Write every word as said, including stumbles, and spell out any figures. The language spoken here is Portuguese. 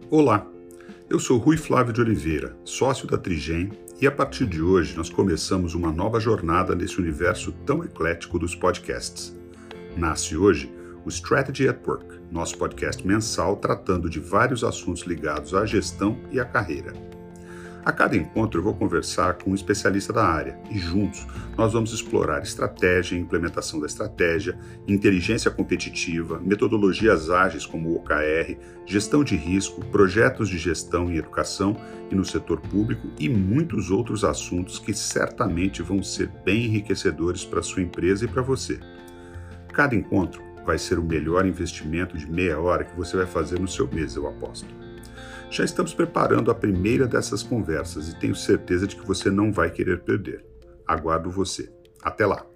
Olá, eu sou Rui Flávio de Oliveira, sócio da Trigem, e a partir de hoje nós começamos uma nova jornada nesse universo tão eclético dos podcasts. Nasce hoje o Strategy at Work, nosso podcast mensal tratando de vários assuntos ligados à gestão e à carreira. A cada encontro eu vou conversar com um especialista da área e juntos nós vamos explorar estratégia e implementação da estratégia, inteligência competitiva, metodologias ágeis como o O K R, gestão de risco, projetos de gestão em educação e no setor público e muitos outros assuntos que certamente vão ser bem enriquecedores para a sua empresa e para você. Cada encontro vai ser o melhor investimento de meia hora que você vai fazer no seu mês, eu aposto. Já estamos preparando a primeira dessas conversas e tenho certeza de que você não vai querer perder. Aguardo você. Até lá!